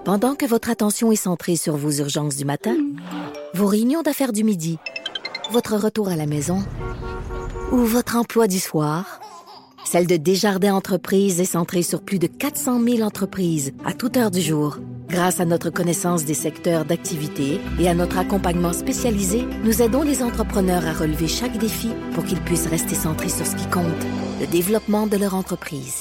Pendant que votre attention est centrée sur vos urgences du matin, vos réunions d'affaires du midi, votre retour à la maison ou votre emploi du soir, celle de Desjardins Entreprises est centrée sur plus de 400 000 entreprises à toute heure du jour. Grâce à notre connaissance des secteurs d'activité et à notre accompagnement spécialisé, nous aidons les entrepreneurs à relever chaque défi pour qu'ils puissent rester centrés sur ce qui compte, le développement de leur entreprise.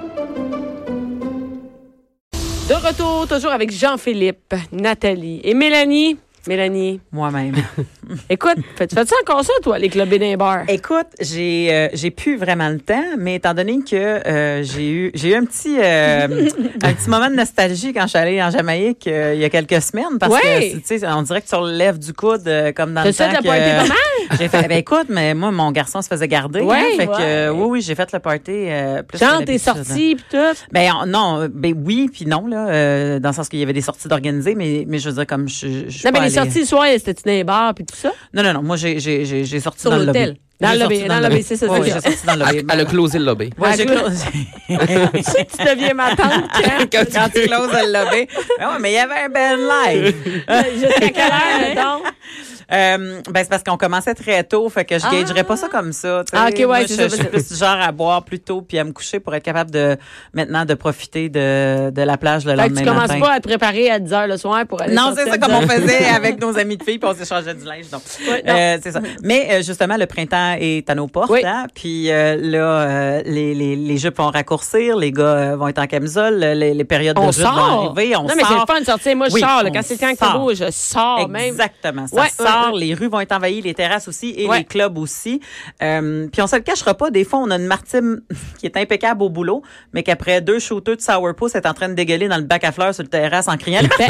De retour, toujours avec Jean-Philippe, Nathalie et Mélanie. Mélanie. Moi-même. Écoute, fais-tu encore ça, toi, les clubs et les bars? Écoute, j'ai plus vraiment le temps, mais étant donné que j'ai eu un petit moment de nostalgie quand je suis allée en Jamaïque il y a quelques semaines, parce que tu sais, on dirait que tu relèves du coude comme dans le temps. T'as fait le party pas mal? J'ai fait, écoute, mais moi, mon garçon se faisait garder. Fait que oui, j'ai fait le party plus. Genre, t'es sortie pis tout? Oui, puis non, là, dans le sens qu'il y avait des sorties d'organiser, mais je veux dire, comme je non, mais les sorties le soir, c'était-tu dans les bars puis tout ça? Non, moi, j'ai sorti sur dans l'hôtel. Le lobby. Dans le lobby, c'est ça. Oui, j'ai sorti dans le lobby. Elle a closé le lobby. Ouais, j'ai closé. Tu sais que tu deviens ma tante quand tu closes le lobby. Oui, mais il y avait un bel live. Jusqu'à quelle heure, donc? C'est parce qu'on commençait très tôt, fait que je gagerais pas ça comme ça. Ah, OK, ouais, moi, c'est ça. Je suis plus du genre à boire plus tôt puis à me coucher pour être capable maintenant de profiter de la plage le lendemain matin. Tu commences pas à te préparer à 10 h le soir pour aller non, c'est ça comme on faisait avec nos amis de filles puis on s'échangeait du linge. Donc, c'est ça. Mais justement, le printemps est à nos portes. Oui. Hein, puis là, les jupes vont raccourcir, les gars vont être en camisole, les périodes de jupes vont arriver. Non, mais c'est le fun de sortir. Moi, je sors. Quand c'est le temps que beau, je sors même. Exactement. Ça sort. Les rues vont être envahies, les terrasses aussi et les clubs aussi. Puis on se le cachera pas, des fois, on a une Martine qui est impeccable au boulot, mais qu'après 2 shooters de sourpuss, elle est en train de dégueuler dans le bac à fleurs sur le terrasse en criant tu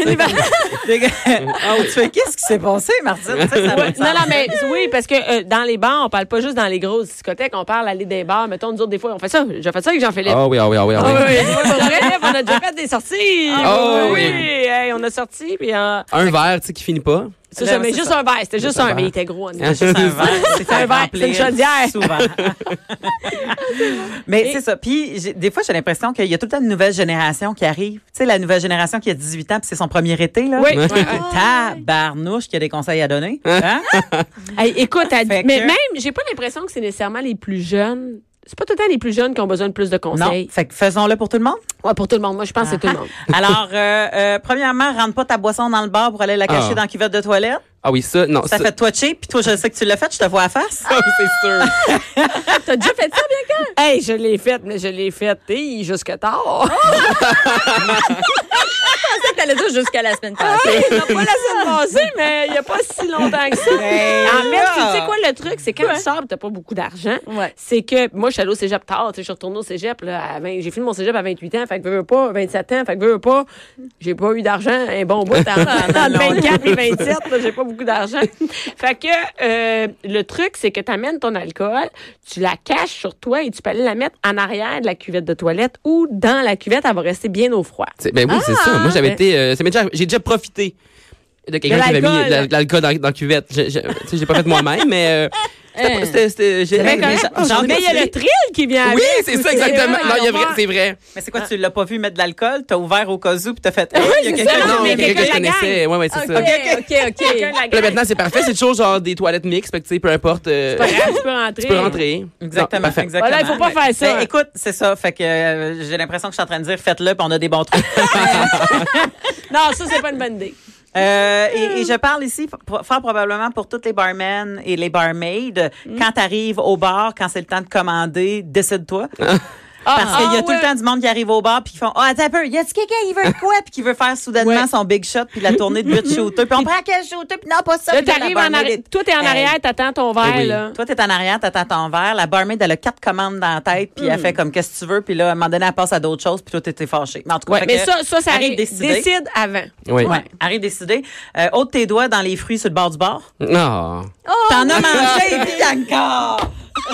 fais qu'est-ce qui s'est passé, Martine? Non, mais oui, parce que dans les bars, on parle pas juste dans les grosses discothèques, on parle aller des bars. Mettons, nous autres, des fois, on fait ça. J'ai fait ça avec Jean-Philippe. Ah oui. On a déjà fait des sorties. Oui. Hey, on a sorti. Puis, un verre, tu sais, qui finit pas. C'est ça, mais juste un verre. C'était juste un, mais il était gros. Juste un verre. C'est un verre. C'est une chaudière. Souvent. Mais c'est ça. Puis, des fois, j'ai l'impression qu'il y a tout le temps une nouvelle génération qui arrive. Tu sais, la nouvelle génération qui a 18 ans, puis c'est son premier été, là. Oui. Tabarnouche qui a des conseils à donner. Hein? Hey, écoute, mais même, j'ai pas l'impression que c'est nécessairement les plus jeunes. C'est pas tout le temps les plus jeunes qui ont besoin de plus de conseils. Non. Fait que faisons-le pour tout le monde? Ouais, pour tout le monde. Moi, je pense que c'est tout le monde. Alors, premièrement, rentre pas ta boisson dans le bar pour aller la cacher dans la cuvette de toilette. Ah oui, ça, non. Ça fait toi cheap, puis toi, je sais que tu l'as fait, je te vois à face. Ah oui, c'est sûr. T'as déjà fait ça, Bianca? Hey, je l'ai fait, mais je l'ai fait, jusque tard. Je pensais que t'allais dire jusqu'à la semaine passée. Non, pas la semaine passée, mais il n'y a pas si longtemps que ça. En fait, tu sais quoi, le truc, c'est quand tu sors et t'as pas beaucoup d'argent, c'est que moi, je suis allée au cégep tard. Je suis retournée au cégep. J'ai fini mon cégep à 28 ans, fait que veux pas, 27 ans, fait que veux pas. J'ai pas eu d'argent un bon bout. Entre 24 et 27, là, j'ai pas beaucoup d'argent. Fait que le truc, c'est que tu amènes ton alcool, tu la caches sur toi et tu peux aller la mettre en arrière de la cuvette de toilette ou dans la cuvette, elle va rester bien au froid. Ben oui, c'est ça. Moi, j'avais été... j'ai déjà profité de quelqu'un qui avait mis de l'alcool dans la cuvette. J'ai pas fait moi-même, mais... Mais il y a le thrill qui vient avec. Oui, c'est ça, exactement. Non, c'est vrai. Mais c'est quoi, tu l'as pas vu mettre de l'alcool, t'as ouvert au cas où, puis t'as fait. Il y a quelqu'un que je connaissais. Oui, c'est ça. OK. Là, maintenant, c'est parfait. C'est toujours genre des toilettes mixtes. Fait que, tu sais, peu importe. C'est pas grave, tu peux rentrer. Exactement. Voilà, il faut pas faire ça. Écoute, c'est ça. Fait que j'ai l'impression que je suis en train de dire, faites-le, puis on a des bons trucs. Non, ça, c'est pas une bonne idée. Et je parle ici fort probablement pour toutes les barmen et les barmaids. Quand t'arrives au bar, quand c'est le temps de commander, décide-toi. Parce qu'il y a tout le temps du monde qui arrive au bar puis qui font attends un peu, y a-tu quelqu'un qui veut quoi puis qui veut faire soudainement son big shot puis la tournée de 8 shooters puis on prend quel shooter puis non pas ça. Là t'arrives en arrière, toi t'es en arrière, t'attends ton verre là. Toi t'es en arrière, t'attends ton verre, la barmaid elle a 4 commandes dans la tête puis elle fait comme qu'est-ce que tu veux puis là à un moment donné elle passe à d'autres choses puis toi t'es fâché. Mais en tout cas, mais ça arrive décide avant. Oui. Ouais, arrive décider. Ôte tes doigts dans les fruits sur le bord du bar. Non. T'en as mangé puis encore.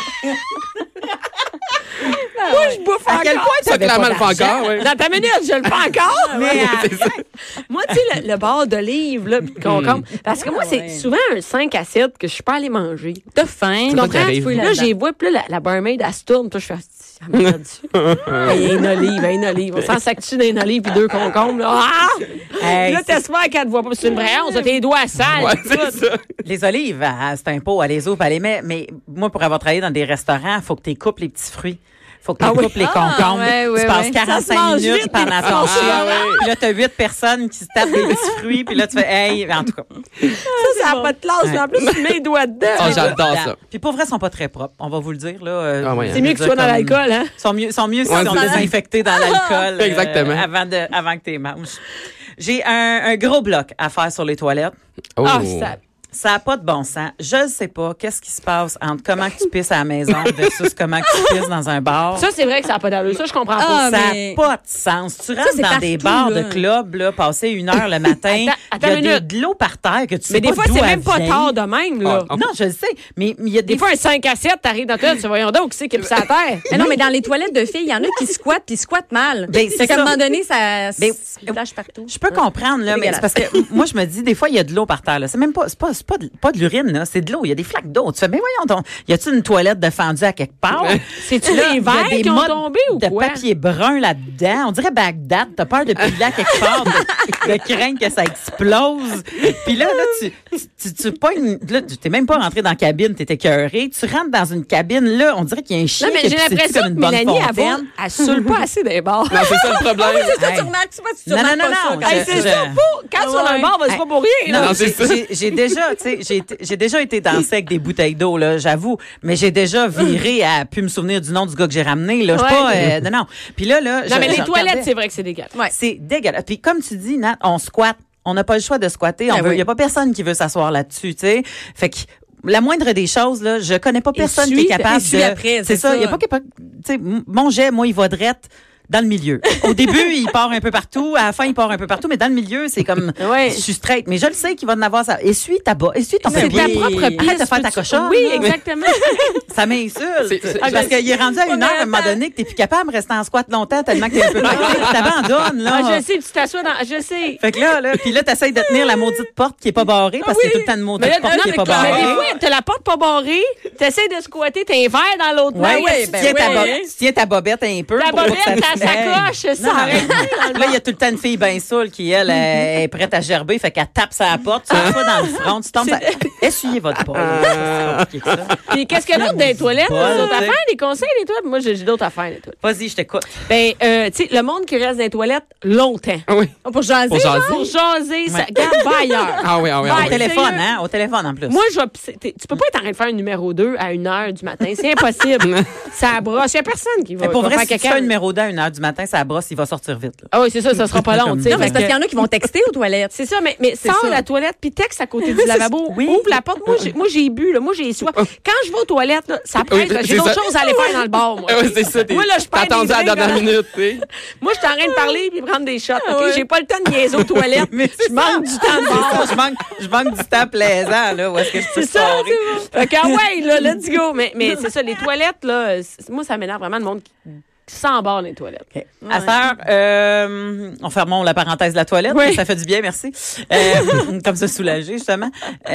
Moi, je bouffe encore. À quel point Ça, clairement, le fait encore. Oui. Dans ta minute, je le fais encore. Mais moi, tu sais, le bar d'olive, là, puis concombre. Parce que moi, c'est souvent un 5 à 7 que je suis pas allée manger. T'as faim. Tu comprends? Là, j'ai vu, puis là, la barmaid, elle se tourne, puis je fais Il y a une olive. On s'en sac-tu d'une olive puis 2 concombres. Là. Ah! Hey, là, t'espères qu'elle ne voit pas. C'est une vraie honte. Tes doigts sales. Ouais, c'est ça. Les olives, c'est un pot. Elle les ouvre, elle les met. Mais moi, pour avoir travaillé dans des restaurants, il faut que tu coupes les petits fruits. Faut que tu coupes les concombres. Tu passes 45 minutes pendant ton chien. Puis là, tu as 8 personnes qui se tapent des petits fruits. Puis là, tu fais, hey, en tout cas. Ça n'a pas de classe. Mais en plus, tu mets les doigts dedans. Ah, j'adore ça. Puis pour vrai, ils sont pas très propres. On va vous le dire, là. C'est mieux que tu sois dans l'alcool, hein? Sont mieux s'ils sont désinfectés dans l'alcool. Exactement. Avant que tu les manges. J'ai un gros bloc à faire sur les toilettes. Oh. Ça n'a pas de bon sens. Je ne sais pas qu'est-ce qui se passe entre comment que tu pisses à la maison versus comment que tu pisses dans un bar. Ça, c'est vrai que ça n'a pas d'allure. Ça, je comprends pas. Ça n'a pas de sens. Tu rentres dans des bars de club, là, passer 1 heure le matin, il y a de l'eau par terre que tu sais pas. Mais des fois, c'est même pas tard de même, là. Non, je le sais. Mais il y a des fois, un 5 à 7, t'arrives dans toi, tu voyons donc qui c'est qui pisse à la terre. Mais non, mais dans les toilettes de filles, il y en a qui squattent puis squattent mal. C'est qu'à un moment donné, ça se lâche partout. Je peux comprendre, là, mais c'est parce que moi, je me dis, des fois, il y a de l'eau par terre, là. C'est même pas de l'urine. C'est de l'eau. Il y a des flaques d'eau. Tu fais, mais voyons donc, y a-tu une toilette de fendue à quelque part? C'est-tu les verres qui ont tombé ou quoi? De papier brun là-dedans. On dirait Bagdad. T'as peur de piler à quelque part, de craindre que ça explose. Puis là, tu pognes, là, t'es même pas rentré dans la cabine, t'es écœuré. Tu rentres dans une cabine, là, on dirait qu'il y a un chien. Non, mais j'ai l'impression que Mélanie, elle saoule pas assez des bars. Non, c'est ça le problème. C'est ça, tu remarques, c'est pas si tu remarques Non. C'est ça, quand tu vas dans un bar, c'est pas pour rien. Non, j'ai déjà, tu sais, j'ai déjà été danser avec des bouteilles d'eau, là, j'avoue. Mais j'ai déjà viré à plus me souvenir du nom du gars que j'ai ramené, là. Je sais pas, non. Puis là. Non, mais les toilettes, c'est vrai que c'est dégueulasse. Ouais. C'est dégueulasse. Puis comme tu dis, Nat, on squatte. On n'a pas le choix de squatter. Il y a pas personne qui veut s'asseoir là-dessus, tu sais. Fait que, la moindre des choses, là, je connais pas personne qui est capable de. Après, c'est ça. Il y a pas capable, tu sais, mon jet, moi, il va drette dans le milieu. Au début, il part un peu partout. À la fin, il part un peu partout. Mais dans le milieu, c'est comme, je suis straight. Mais je le sais qu'il va en avoir ça. Essuie ton pied. C'est ta propre pièce. Arrête de faire ta cochonne. Oui, exactement. Ça m'insulte. Parce qu'il est rendu à 1 heure, à un moment donné, que t'es plus capable de rester en squat longtemps tellement que t'es un peu marqué. Tu t'abandonnes, là. Je sais, tu t'assois dans, je sais. Fait que là, puis là, t'essayes de tenir la maudite porte qui est pas barrée parce que c'est tout le temps une maudite porte qui est pas barrée. Mais des fois, t'as la porte pas barrée, t'essayes de squatter, t'es un verre dans l'autre main. Tu tiens ta bobette un peu. Ta bobette, ta sacoche, ça. Là, il y a tout le temps une fille bien saoule qui, elle, est prête à gerber, fait qu'elle tape sa porte, tu vas dans le front, tu tombes. Essuyez votre porte. Puis qu'est-ce qu'il y a d'autre dans les toilettes? D'autres affaires, des conseils des toilettes? Moi, j'ai d'autres affaires, les toilettes. Vas-y, je t'écoute. Ben, tu sais, le monde qui reste dans les toilettes longtemps. Oui. Pour jaser. Pour jaser, ça garde pas ailleurs. Ah oui. Au téléphone, hein? Au téléphone, en plus. Moi, tu peux pas être en train de faire un numéro 2 à 1 heure du matin. C'est impossible. Ça brosse. Il y a personne qui va. Pour vrai, si tu fais un numéro 2 à 1 heure du matin, ça brosse, il va sortir vite. Là. Ah oui, c'est ça sera pas long. Non, mais c'est parce qu'il y en a qui vont texter aux toilettes. C'est ça, mais sors la toilette puis texte à côté du lavabo. Ouvre la porte. Moi, j'ai bu, là. Moi, j'ai soif. Quand je vais aux toilettes, là, ça presse. J'ai d'autres choses à aller faire dans le bar, moi. Oui, c'est ça. Moi, là, je perds attendu à la dernière minute, tu sais. Moi, je suis en train de parler puis prendre des shots. OK? J'ai pas le temps de niaiser aux toilettes. Je manque du temps de bar. Je manque du temps plaisant, là. Où est-ce que je peux c'est ça, c'est bon. OK, ouais, là, let's go. Mais c'est ça, les toilettes, là, moi, ça m'énerve vraiment le monde qui s'embarre dans les toilettes. Okay. À faire, on fermons la parenthèse de la toilette. Oui. Ça fait du bien, merci. Comme ça, soulagé, justement.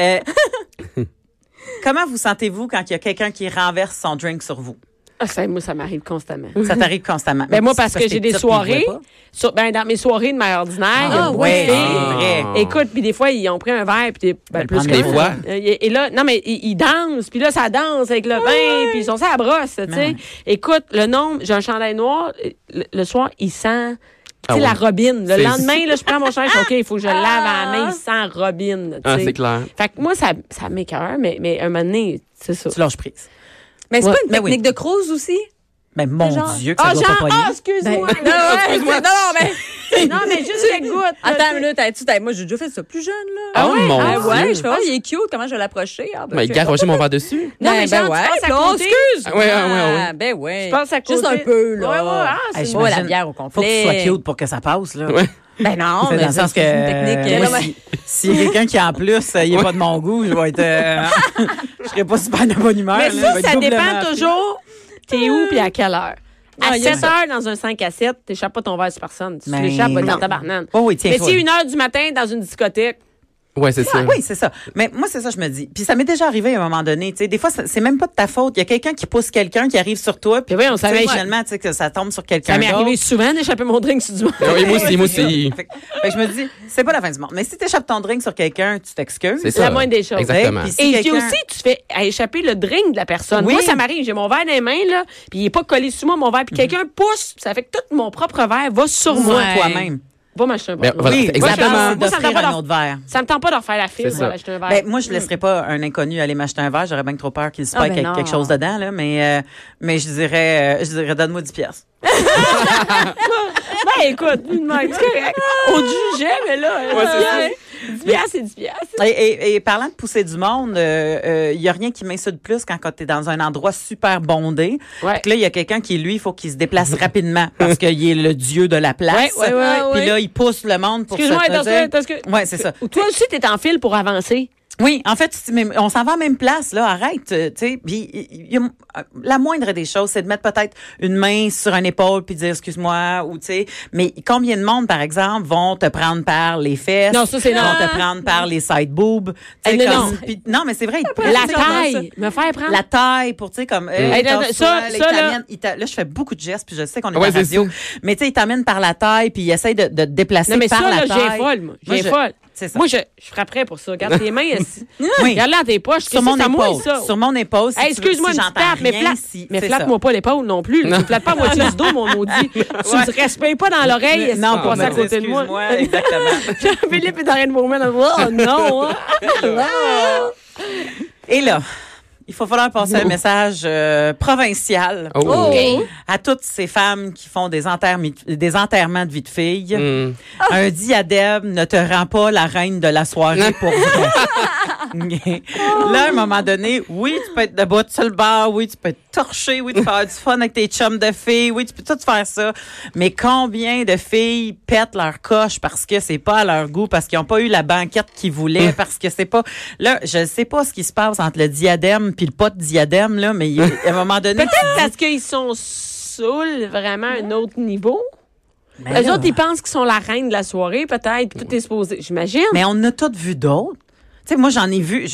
Comment vous sentez-vous quand il y a quelqu'un qui renverse son drink sur vous? Moi, ça m'arrive constamment. Ça t'arrive constamment. Ben moi, parce que j'ai des soirées. Dans mes soirées de mère ordinaire, vrai. Écoute, puis des fois, ils ont pris un verre, puis plus des fois. Et là, non, mais ils dansent, puis là, ça danse avec le vin, puis ils sont ça à brosse, tu sais. Écoute, le nombre, j'ai un chandail noir, le soir, il sent... Tu sais, la robine. Le lendemain, là, je prends mon chandail, OK, il faut que je lave à la main, il sent robine. Ah, c'est clair. Fait que moi, ça m'écoeure, mais un moment donné, c'est ça. Tu lâches prise. Mais c'est pas une technique de Cruz aussi? Mais mon Dieu, que ça doit pas pogner. Excuse-moi. Excuse-moi. Non, mais juste les gouttes. Attends une minute, moi, j'ai déjà fait ça plus jeune, là. Ah oui? Mon Dieu. Je fais, il est cute, comment je vais l'approcher? Mais garocher mon verre dessus. Non, mais genre, tu passes à côté. Excuse! Ouais. Ouais. Je pense à côté. Juste un peu, là. C'est pas la bière au complet. Faut que tu sois cute pour que ça passe, là. Ben non, mais dans le sens que s'il y a quelqu'un qui en plus, il n'est pas de mon goût, je vais être je serai pas super de bonne humeur. Mais ça dépend toujours t'es où puis à quelle heure. À 7 heures dans un 5 à 7, t'échappes pas ton verre sur personne. Tu l'échappes dans ta banane. Oh oui, tiens. Mais si 1 heure du matin dans une discothèque, Ouais, c'est ça. Oui, c'est ça. Mais moi, c'est ça, je me dis. Puis ça m'est déjà arrivé à un moment donné. Tu sais, des fois, c'est même pas de ta faute. Il y a quelqu'un qui pousse quelqu'un qui arrive sur toi. Puis oui, on savait. Finalement, tu sais, que ça tombe sur quelqu'un. Ça m'est arrivé souvent d'échapper mon drink sur du monde. Oui, moi aussi. Fait que je me dis, c'est pas la fin du monde. Mais si t'échappes ton drink sur quelqu'un, tu t'excuses. C'est C'est la moindre des choses. Exactement. Puis si Et quelqu'un- aussi, tu fais échapper le drink de la personne. Oui. Moi, ça m'arrive. J'ai mon verre dans les mains, là, puis il est pas collé sur moi, mon verre. Puis quelqu'un pousse, ça fait que tout mon propre verre va sur moi. toi-même. Va m'acheter un Ben, verre. voilà, Oui, exactement. moi, Moi, ça me tente d'offrir pas un autre verre. Ça me tente pas de refaire la file C'est pour ça. acheter un verre. Ben, moi, je laisserais pas un inconnu aller m'acheter un verre. J'aurais bien trop peur qu'il se passe ben non. quelque chose dedans, là. Mais je dirais, donne-moi 10 piastres. Ben, écoute, c'est correct. On te jugeait, mais là, c'est 10 piastres, c'est 10 piastres. Et parlant de pousser du monde, il y a rien qui m'insulte plus quand tu es dans un endroit super bondé. Ouais. Puis là, il y a quelqu'un qui, lui, il faut qu'il se déplace rapidement parce qu'il est le dieu de la place. Ouais. Puis là, il pousse le monde pour Excuse-moi, se dire... parce que. Ouais, c'est ça. Toi aussi, t'es en file pour avancer. Oui, en fait, on s'en va à la même place, là, arrête, tu sais. Puis la moindre des choses, c'est de mettre peut-être une main sur une épaule puis dire excuse-moi, ou tu sais. Mais combien de monde, par exemple, vont te prendre par les fesses? Non, ça, c'est non. Vont te prendre par les side boobs. Tu sais, non. puis- non, mais c'est vrai. ils te prennent, La tu sais, comme taille. Me faire prendre. la taille pour, tu sais, comme, ça, là. là, je fais beaucoup de gestes, puis je sais qu'on est Ouais, à la c'est radio. ça. Mais, tu sais, ils t'amènent par la taille, puis ils essayent de te déplacer Non, mais par ça, la là, taille. j'ai folle, moi. J'ai je- folle. C'est ça. Moi, je frapperais pour ça. Regarde tes mains ici. Oui. Regarde-la dans tes poches. Sur mon C'est à moi, épaule. ça. Sur mon épaule, si Hey, tu veux, excuse-moi, si une j'entends tape, mais rien, mais c'est flatte-moi pas l'épaule non plus. Tu me flattes pas à moitié du dos, mon maudit. Tu ne respectes pas dans l'oreille. Non, Non, pour passer à me dire côté de moi. excuse-moi, exactement. Philippe est en train de vomir dans le Oh non! Hein? Et là, il faut falloir passer un message provincial Oh. à toutes ces femmes qui font des enterrements de vie de fille. Mm. Un diadème ne te rend pas la reine de la soirée pour vrai. Là, à un moment donné, oui, tu peux être debout sur le bar, oui, tu peux être torché, oui, tu peux avoir du fun avec tes chums de filles, oui, tu peux tout faire ça. Mais combien de filles pètent leur coche parce que c'est pas à leur goût, parce qu'ils n'ont pas eu la banquette qu'ils voulaient, parce que c'est pas... Là, je sais pas ce qui se passe entre le diadème puis le pas de diadème, là, mais à un moment donné... Peut-être parce qu'ils sont saouls vraiment à un autre niveau. Mais Les là- autres, ils pensent qu'ils sont la reine de la soirée, peut-être, puis tout est supposé. J'imagine. Mais on en a toutes vu d'autres. Tu sais, moi, j'en ai vu...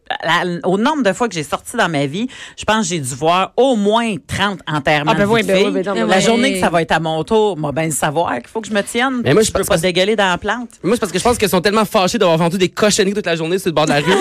au nombre de fois que j'ai sorti dans ma vie, je pense que j'ai dû voir au moins 30 enterrements de vie de filles. non, La mais- journée que ça va être à mon tour, moi, ben, savoir qu'il faut que je me tienne. Mais moi, je peux pas dégueuler dans la plante. Moi, c'est parce que je pense qu'elles sont tellement fâchées d'avoir vendu des cochonneries toute la journée sur le bord de la rue.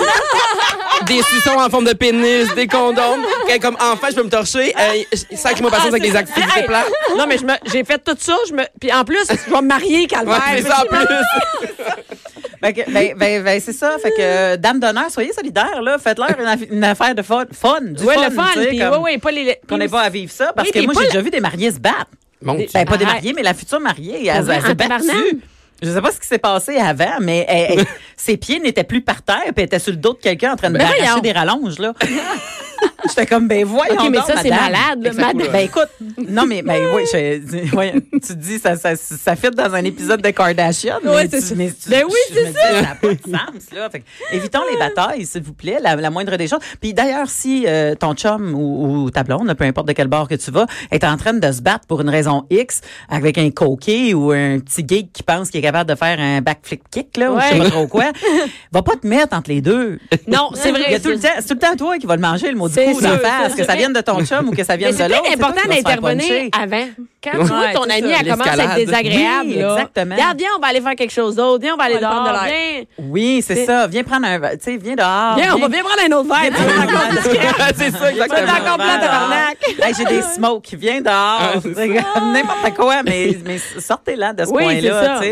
Des suçons en forme de pénis, des condoms. Comme enfant, je peux me torcher. Sacrez-moi patience avec les activités Hey, plates. Non, mais j'ai fait tout ça. Puis en plus, je vais me marier, Calvaire. Ouais, c'est ça en plus. Fait que, ben, c'est ça. Fait que, dame d'honneur, soyez solidaires, là. Faites-leur une affaire de fun. Du Ouais, fun, le fun. tu sais, Puis, comme ouais, pas les. qu'on n'ait pas à vivre ça. Parce Oui, que puis moi, pas j'ai le- déjà vu des mariés se battre. Bon, Ben, pas des Arrête. mariés, mais la future mariée, elle vrai, s'est en battue. tabarnak? Je sais pas ce qui s'est passé avant, mais ses pieds n'étaient plus par terre, puis elle était sur le dos de quelqu'un en train de Ben arracher voyons. des rallonges, là. J'étais comme, ben voyons OK, mais donc, ça, c'est madame. malade, là, madame. Ben écoute, non, mais ben, oui, ouais, tu te dis, ça fit dans un épisode de Kardashian. Ouais, mais c'est tu- ça. mais tu- Ben oui, je c'est me dis, ça n'a pas de sens, là. Fait que, évitons les batailles, s'il vous plaît, la moindre des choses. Puis d'ailleurs, si ton chum ou ta blonde, peu importe de quel bord que tu vas, est en train de se battre pour une raison X avec un coquet ou un petit geek qui pense qu'il est capable de faire un backflip kick, là, ou je sais Ouais. pas trop quoi, va pas te mettre entre les deux. Non, c'est vrai. Il y a tout le temps, c'est tout le temps toi qui va le manger, le mot du C'est coup sûr, d'en face, c'est que ça sûr. vienne de ton chum ou que ça Mais vienne de c'est l'autre. peut-être c'est toi important qui vas te faire d'intervenir puncher. avant. Quand tu vois Ouais, ton c'est ami, ça. elle commence à être L'escalade. désagréable. Oui, là. exactement. Regarde, viens, on va aller faire quelque chose d'autre. Viens, on va aller On va dehors. prendre de l'air. Viens, Oui, c'est ça. Viens prendre tu sais, viens dehors. viens, on va bien prendre un autre verre. C'est ça, C'est exactement. encore plein, tabarnak. Hey, j'ai des smokes. Viens dehors. c'est C'est comme n'importe quoi, mais sortez-là de ce Oui, c'est point-là. ça.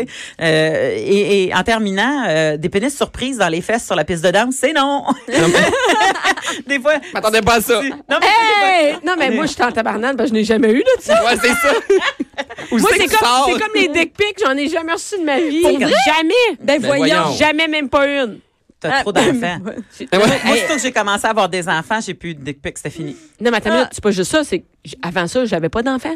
Tu sais. Et en terminant, des pénis surprises dans les fesses sur la piste de danse, c'est non. Des fois. Je m'attendais pas à ça. Non, mais Hey! Non, mais moi, je suis en tabarnak parce que je n'ai jamais eu de ça. Ouais, c'est ça. Où Moi, c'est c'est que tu comme, sors? c'est comme les dick pics, j'en ai jamais reçu de ma vie. Pour vrai? Jamais. Ben voyons. Jamais, même pas une. t'as trop d'enfants. Ouais. Moi, surtout que j'ai commencé à avoir des enfants, j'ai plus de dick pics, c'était fini. Non, mais attends, une minute, c'est pas juste ça, c'est que avant ça, j'avais pas d'enfant.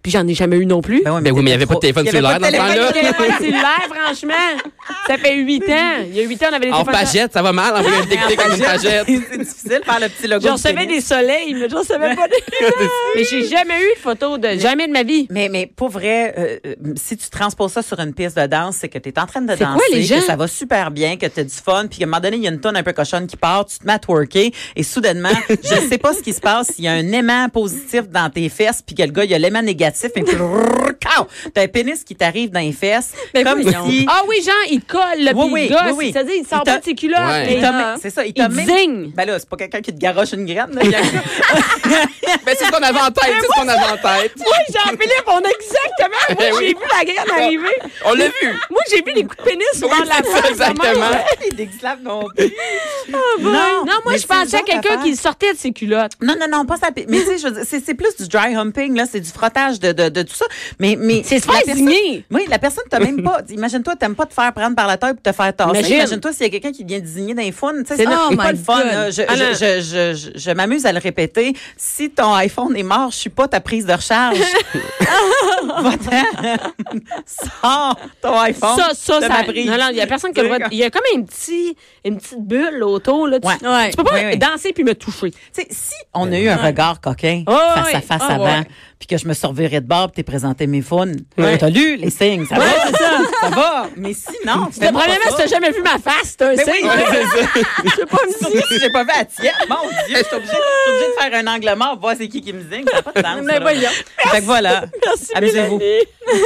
Puis j'en ai jamais eu non plus. Ben oui, mais il n'y avait pas de téléphone cellulaire dans ce temps-là. Téléphone cellulaire, franchement. Ça fait 8 ans. Il y a 8 ans, on avait des En téléphones. pagette, ça va mal, envoyer un dick-pic avec une pagette. C'est difficile de faire le petit logo. Je recevais des soleils, mais je recevais pas des. Mais j'ai jamais eu de photo jamais de ma vie. Mais pour vrai, si tu transposes ça sur une piste de danse, c'est que tu es en train de C'est danser, quoi, les gens? que ça va super bien, que tu as du fun, puis à un moment donné, il y a une tonne un peu cochonne qui part, tu te mets à twerker, et soudainement, je sais pas ce qui se passe, il y a un aimant positif dans tes fesses, puis que le gars, il y a l'aimant négatif, et t'as un pénis qui t'arrive dans les fesses, comme si... Ah oui, genre, il colle, là, puis il gosse. C'est-à-dire, il sort pas de ses culottes. Ouais. C'est ça, il zigne. Ben là, c'est pas quelqu'un qui te garoche une graine, là. Ben, c'est ce qu'on avait en tête, c'est ce qu'on avait en tête. Oui, Jean-Philippe, on a exactement. Moi, j'ai vu la graine arriver. On l'a vu. Moi, j'ai vu les coups de pénis sur Oui, la c'est ça, face. exactement. Les déxlaves non plus. Non, moi, mais je pensais c'est à quelqu'un genre qui sortait de ses culottes. Non, pas ça. Mais tu sais, je veux dire, c'est plus du dry humping, là. C'est du frottage de tout ça. Mais C'est se la faire personne- zigner. Oui, la personne t'a même pas. Imagine-toi, t'aimes pas te faire prendre par la tête et te faire tasser. Imagine. Imagine-toi s'il y a quelqu'un qui vient désigner dans les faunes. Tu sais, C'est c'est oh pas my le fun, God. là. Je m'amuse à le répéter. Si ton iPhone est mort, je suis pas ta prise de recharge. Va-t'en. Sors ton iPhone. Ça, de ma prise. Non, il y a personne qui a le droit. Il y a comme une petite bulle autour, là. Ouais. Tu peux pas Oui. danser puis me toucher. Tu sais, si on a eu un regard coquin face à face avant, puis que je me surveillerais de bord, puis t'es présenté mes faunes, t'as lu les signes, ça va, c'est ça, ça va. Mais sinon, Premièrement, si t'as jamais vu ma face, c'est un Mais signe. oui, Je sais pas me surtout si j'ai pas vu la tienne. Mon Dieu, je suis obligée de faire un angle mort pour voir c'est qui me zigne. Ça n'a pas de sens. Mais ça, là. voyons. Fait que voilà. Merci, Amusez-vous. Mélanie.